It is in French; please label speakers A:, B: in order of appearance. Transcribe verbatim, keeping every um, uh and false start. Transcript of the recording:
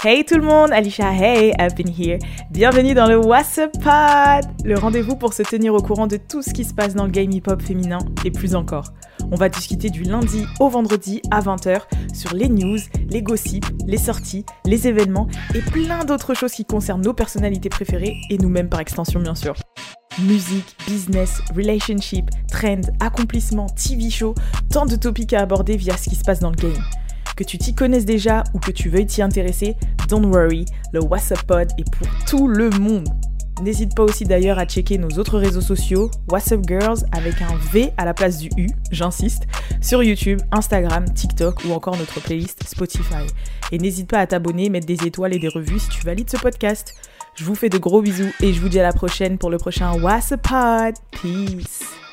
A: Hey tout le monde, Alicia, hey, I've been here. Bienvenue dans le What's Up Pod, le rendez-vous pour se tenir au courant de tout ce qui se passe dans le game hip-hop féminin et plus encore. On va discuter du lundi au vendredi à vingt heures sur les news, les gossips, les sorties, les événements et plein d'autres choses qui concernent nos personnalités préférées et nous-mêmes par extension bien sûr. Musique, business, relationship, trend, accomplissement, T V show, tant de topics à aborder via ce qui se passe dans le game. Que tu t'y connaisses déjà ou que tu veuilles t'y intéresser, don't worry, le What's Up Pod est pour tout le monde. N'hésite pas aussi d'ailleurs à checker nos autres réseaux sociaux, What's Up Girls avec un V à la place du U, j'insiste, sur YouTube, Instagram, TikTok ou encore notre playlist Spotify. Et n'hésite pas à t'abonner, mettre des étoiles et des revues si tu valides ce podcast. Je vous fais de gros bisous et je vous dis à la prochaine pour le prochain What's Up Pod. Peace.